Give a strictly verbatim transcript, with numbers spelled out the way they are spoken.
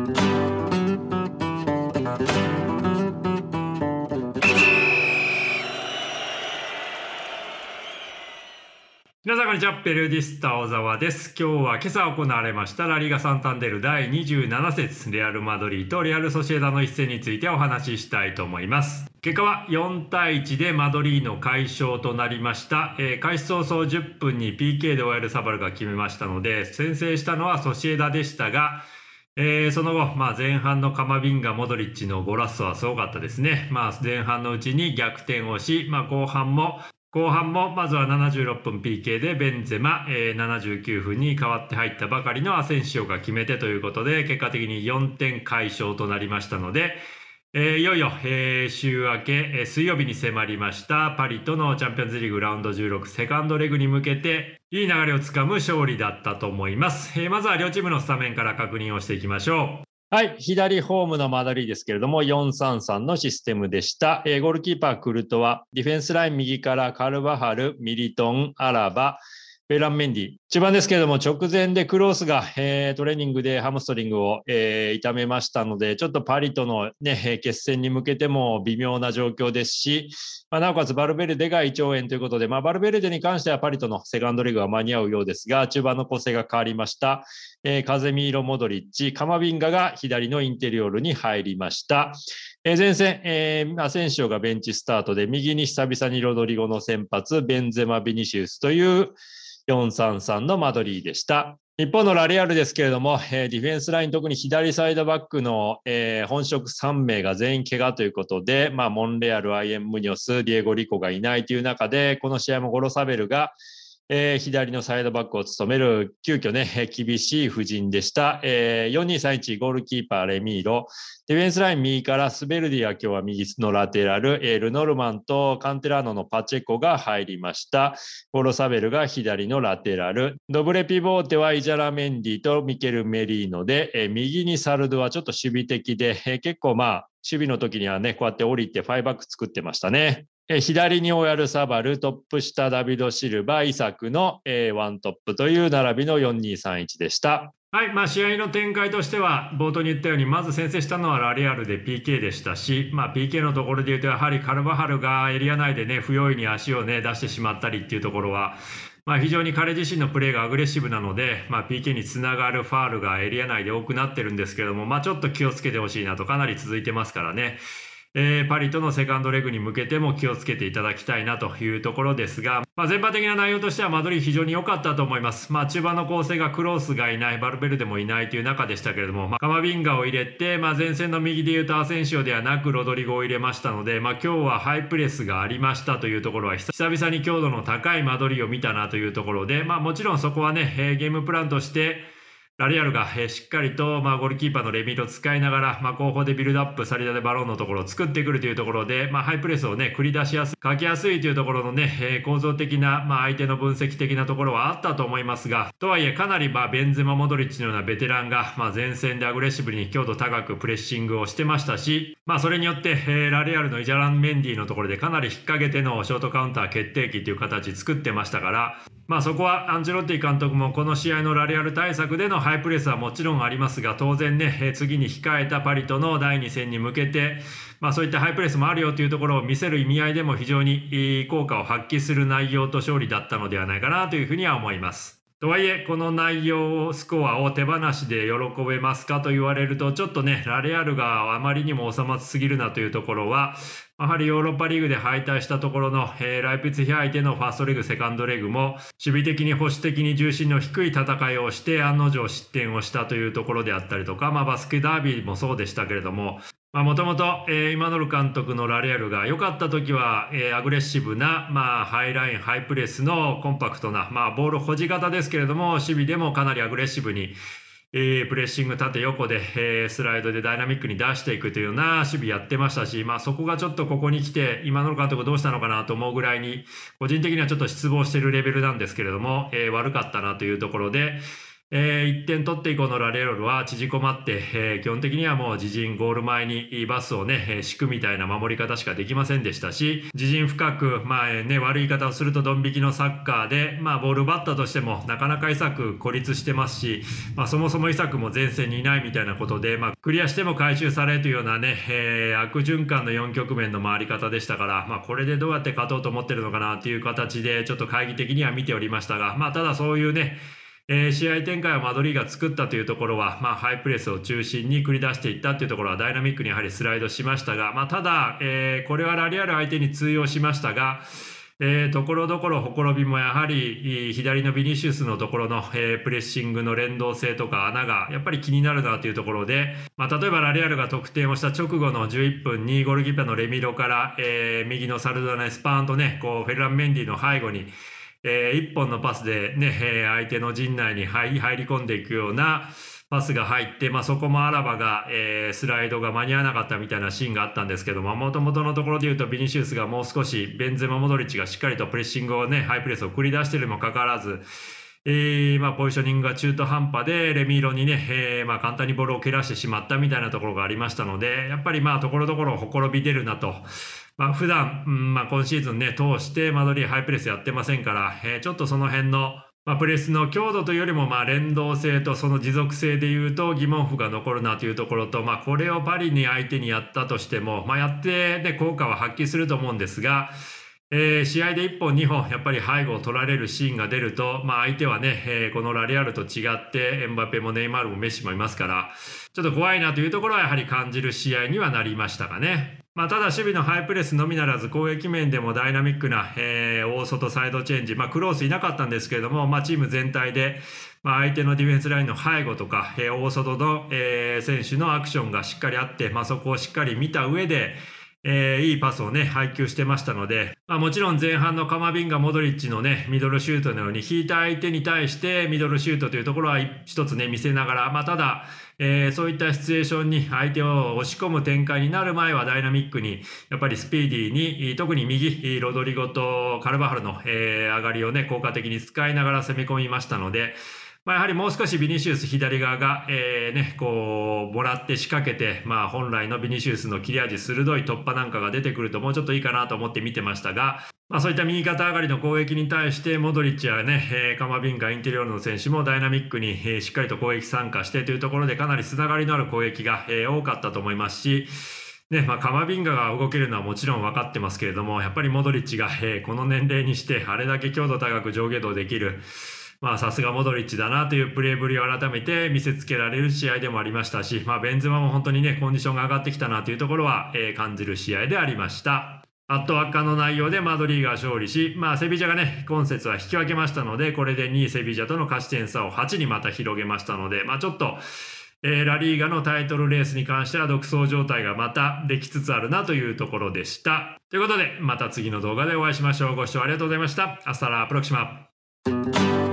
皆さんこんにちは、ペルディスタ小沢です。今日は今朝行われましたラリーガサンタンデルだいにじゅうなな節レアル・マドリーとレアル・ソシエダの一戦についてお話ししたいと思います。結果はよんたいいちでマドリーの快勝となりました。えー、開始早々じゅっぷんに ピーケー でオヤルサバルが決めましたので、先制したのはソシエダでしたが、えー、その後、まあ、前半のカマビンガ、モドリッチのゴラッソはすごかったですね。まあ、前半のうちに逆転をし、まあ、後半も後半もまずはななじゅうろっぷん ピーケー でベンゼマ、えー、ななじゅうきゅうふんに代わって入ったばかりのアセンシオが決めてということで、結果的によんてん快勝となりましたので、えー、いよいよ、えー、週明け、えー、水曜日に迫りましたパリとのチャンピオンズリーグラウンドじゅうろくセカンドレグに向けていい流れをつかむ勝利だったと思います。えー、まずは両チームのスタメンから確認をしていきましょう。 はい、左ホームのマドリーですけれども、よんさんさんのシステムでした。えー、ゴールキーパー、クルトワ、ディフェンスライン右からカルバハル、ミリトン、アラバ、ベランメンディ。中盤ですけれども、直前でクロースが、えー、トレーニングでハムストリングを、えー、痛めましたので、ちょっとパリとの、ね、決戦に向けても微妙な状況ですし、まあ、なおかつバルベルデが胃腸炎ということで、まあ、バルベルデに関してはパリとのセカンドレグが間に合うようですが、中盤の構成が変わりました。えー、カゼミーロ・モドリッチ、カマビンガが左のインテリオールに入りました。えー、前線、えー、アセンシオがベンチスタートで、右に久々にロドリゴの先発、ベンゼマ・ビニシウスというよんさんさんのマドリーでした。一方のラリアルですけれども、えー、ディフェンスライン、特に左サイドバックの、えー、本職さんめいが全員怪我ということで、まあ、モンレアル、アイエン・ムニョス、ディエゴ・リコがいないという中で、この試合もゴロサベルがえー、左のサイドバックを務める急遽ね、厳しい布陣でした。えー、よんにーさんいちゴールキーパーレミーロ。ディフェンスライン右からスベルディは今日は右のラテラル、えー、ルノルマンとカンテラーノのパチェコが入りました。ゴロサベルが左のラテラル。ドブレピボーテはイジャラメンディとミケル・メリーノで、えー、右にサルドはちょっと守備的で、えー、結構まあ、守備の時にはね、こうやって降りてファイバック作ってましたね。え左にオヤルサバル、トップ下ダビド・シルバ、イサクの、えー、ワントップという並びのよんにーさんいちでした。 はい、まあ、試合の展開としては冒頭に言ったようにまず先制したのはラリアルで ピーケー でしたし、まあ、ピーケー のところで言うとやはりカルバハルがエリア内でね不用意に足をね出してしまったりっていうところは、まあ、非常に彼自身のプレーがアグレッシブなので、まあ、ピーケー につながるファールがエリア内で多くなってるんですけども、まあ、ちょっと気をつけてほしいなとかなり続いてますからね。えー、パリとのセカンドレグに向けても気をつけていただきたいなというところですが、まあ、全般的な内容としてはマドリー非常に良かったと思います。まあ、中盤の構成がクロースがいない、バルベルデもいないという中でしたけれども、まあ、カマビンガを入れて、まあ、前線の右でいうとアセンシオではなくロドリゴを入れましたので、まあ、今日はハイプレスがありましたというところは久々に強度の高いマドリーを見たなというところで、まあ、もちろんそこはね、えー、ゲームプランとしてラリアルが、えー、しっかりと、まあ、ゴールキーパーのレミートを使いながら、まあ、後方でビルドアップ、サリダでバローンのところを作ってくるというところで、まあ、ハイプレスをね、繰り出しやすい、かけやすいというところのね、えー、構造的な、まあ、相手の分析的なところはあったと思いますが、とはいえかなり、まあ、ベンゼマ・モドリッチのようなベテランが、まあ、前線でアグレッシブに強度高くプレッシングをしてましたし、まあ、それによって、えー、ラリアルのイジャラン・メンディのところでかなり引っ掛けてのショートカウンター決定機という形作ってましたから、まあ、そこはアンチェロッティ監督もこの試合のラリアル対策でのハイプレスはもちろんありますが、当然ね、次に控えたパリとのだいに戦に向けて、まあ、そういったハイプレスもあるよというところを見せる意味合いでも非常に効果を発揮する内容と勝利だったのではないかなというふうには思います。とはいえこの内容スコアを手放しで喜べますかと言われるとちょっとねラレアルがあまりにも収まってすぎるなというところはやはりヨーロッパリーグで敗退したところの、えー、ライプツィヒ相手のファーストレグセカンドレグも守備的に保守的に重心の低い戦いをして案の定失点をしたというところであったりとか、まあ、バスケダービーもそうでしたけれどももともとイマノル監督のラレアルが良かった時は、えー、アグレッシブな、まあ、ハイラインハイプレスのコンパクトな、まあ、ボール保持型ですけれども守備でもかなりアグレッシブに、えー、プレッシング縦横で、えー、スライドでダイナミックに出していくというような守備やってましたし、まあ、そこがちょっとここに来てイマノル監督どうしたのかなと思うぐらいに個人的にはちょっと失望しているレベルなんですけれども、えー、悪かったなというところで。 えー、いってん取って以降のラリアルは縮こまって、えー、基本的にはもう自陣ゴール前にバスをね、えー、敷くみたいな守り方しかできませんでしたし、自陣深く、まあ、えー、ね、悪い言い方をするとドン引きのサッカーで、まあ、ボールバッターとしてもなかなかイサク孤立してますし、まあ、そもそもイサクも前線にいないみたいなことで、まあ、クリアしても回収されるというようなね、えー、悪循環のよん局面の回り方でしたから、まあ、これでどうやって勝とうと思ってるのかなっていう形でちょっと懐疑的には見ておりましたが、まあ、ただそういうね、えー、試合展開をマドリーが作ったというところは、まあ、ハイプレスを中心に繰り出していったというところはダイナミックにやはりスライドしましたが、まあ、ただ、えー、これはラリアル相手に通用しましたが、えー、ところどころほころびもやはり左のビニシウスのところの、えー、プレッシングの連動性とか穴がやっぱり気になるなというところで、まあ、例えばラリアルが得点をした直後のじゅういっぷんにゴールキーパーのレミロから、えー、右のサルドナにスパーンとねこうフェルラン・メンディの背後にえー、いっぽんのパスでね、えー、相手の陣内に入り込んでいくようなパスが入って、まあ、そこもアラバが、えー、スライドが間に合わなかったみたいなシーンがあったんですけども、もともとのところでいうとビニシウスがもう少しベンゼマ・モドリッチがしっかりとプレッシングをねハイプレスを繰り出しているにもかかわらず、えーまあ、ポジショニングが中途半端でレミーロにね、えーまあ、簡単にボールを蹴らしてしまったみたいなところがありましたので、やっぱりまあところどころほころび出るなと。まあ、普段、うんまあ、今シーズンね通してマドリーハイプレスやってませんから、えー、ちょっとその辺の、まあ、プレスの強度というよりもまあ連動性とその持続性でいうと疑問符が残るなというところと、まあ、これをパリに相手にやったとしても、まあ、やって、ね、効果は発揮すると思うんですが、えー、試合でいっぽんにほんやっぱり背後を取られるシーンが出ると、まあ、相手はね、えー、このラリアルと違ってエムバペもネイマールもメッシもいますからちょっと怖いなというところはやはり感じる試合にはなりましたかね。まあ、ただ守備のハイプレスのみならず攻撃面でもダイナミックな、えー、大外サイドチェンジ、まあ、クロースいなかったんですけれども、まあ、チーム全体で、まあ、相手のディフェンスラインの背後とか、えー、大外の、えー、選手のアクションがしっかりあって、まあ、そこをしっかり見た上でえー、いいパスをね配球してましたので、まあ、もちろん前半のカマビンガモドリッチのねミドルシュートのように引いた相手に対してミドルシュートというところは一つね見せながら、まあ、ただ、えー、そういったシチュエーションに相手を押し込む展開になる前はダイナミックにやっぱりスピーディーに特に右ロドリゴとカルバハルの、えー、上がりをね効果的に使いながら攻め込みましたので、まあ、やはりもう少しビニシウス左側が、えーね、こうもらって仕掛けて、まあ、本来のビニシウスの切れ味鋭い突破なんかが出てくるともうちょっといいかなと思って見てましたが、まあ、そういった右肩上がりの攻撃に対してモドリッチやね、えー、カマビンガインテリオールの選手もダイナミックに、えー、しっかりと攻撃参加してというところでかなりつながりのある攻撃が、えー、多かったと思いますし、ねまあ、カマビンガが動けるのはもちろん分かってますけれども、やっぱりモドリッチが、えー、この年齢にしてあれだけ強度高く上下動できる、まあさすがモドリッチだなというプレーぶりを改めて見せつけられる試合でもありましたし、まあ、ベンゼマも本当にねコンディションが上がってきたなというところは、えー、感じる試合でありました。圧倒圧巻の内容でマドリーが勝利し、まあ、セビジャがね今節は引き分けましたので、これでにいセビジャとの勝ち点差をはちにまた広げましたので、まあ、ちょっとえー、ラリーガのタイトルレースに関しては独走状態がまたできつつあるなというところでした。ということでまた次の動画でお会いしましょう。ご視聴ありがとうございました。アスタラプロキシマ。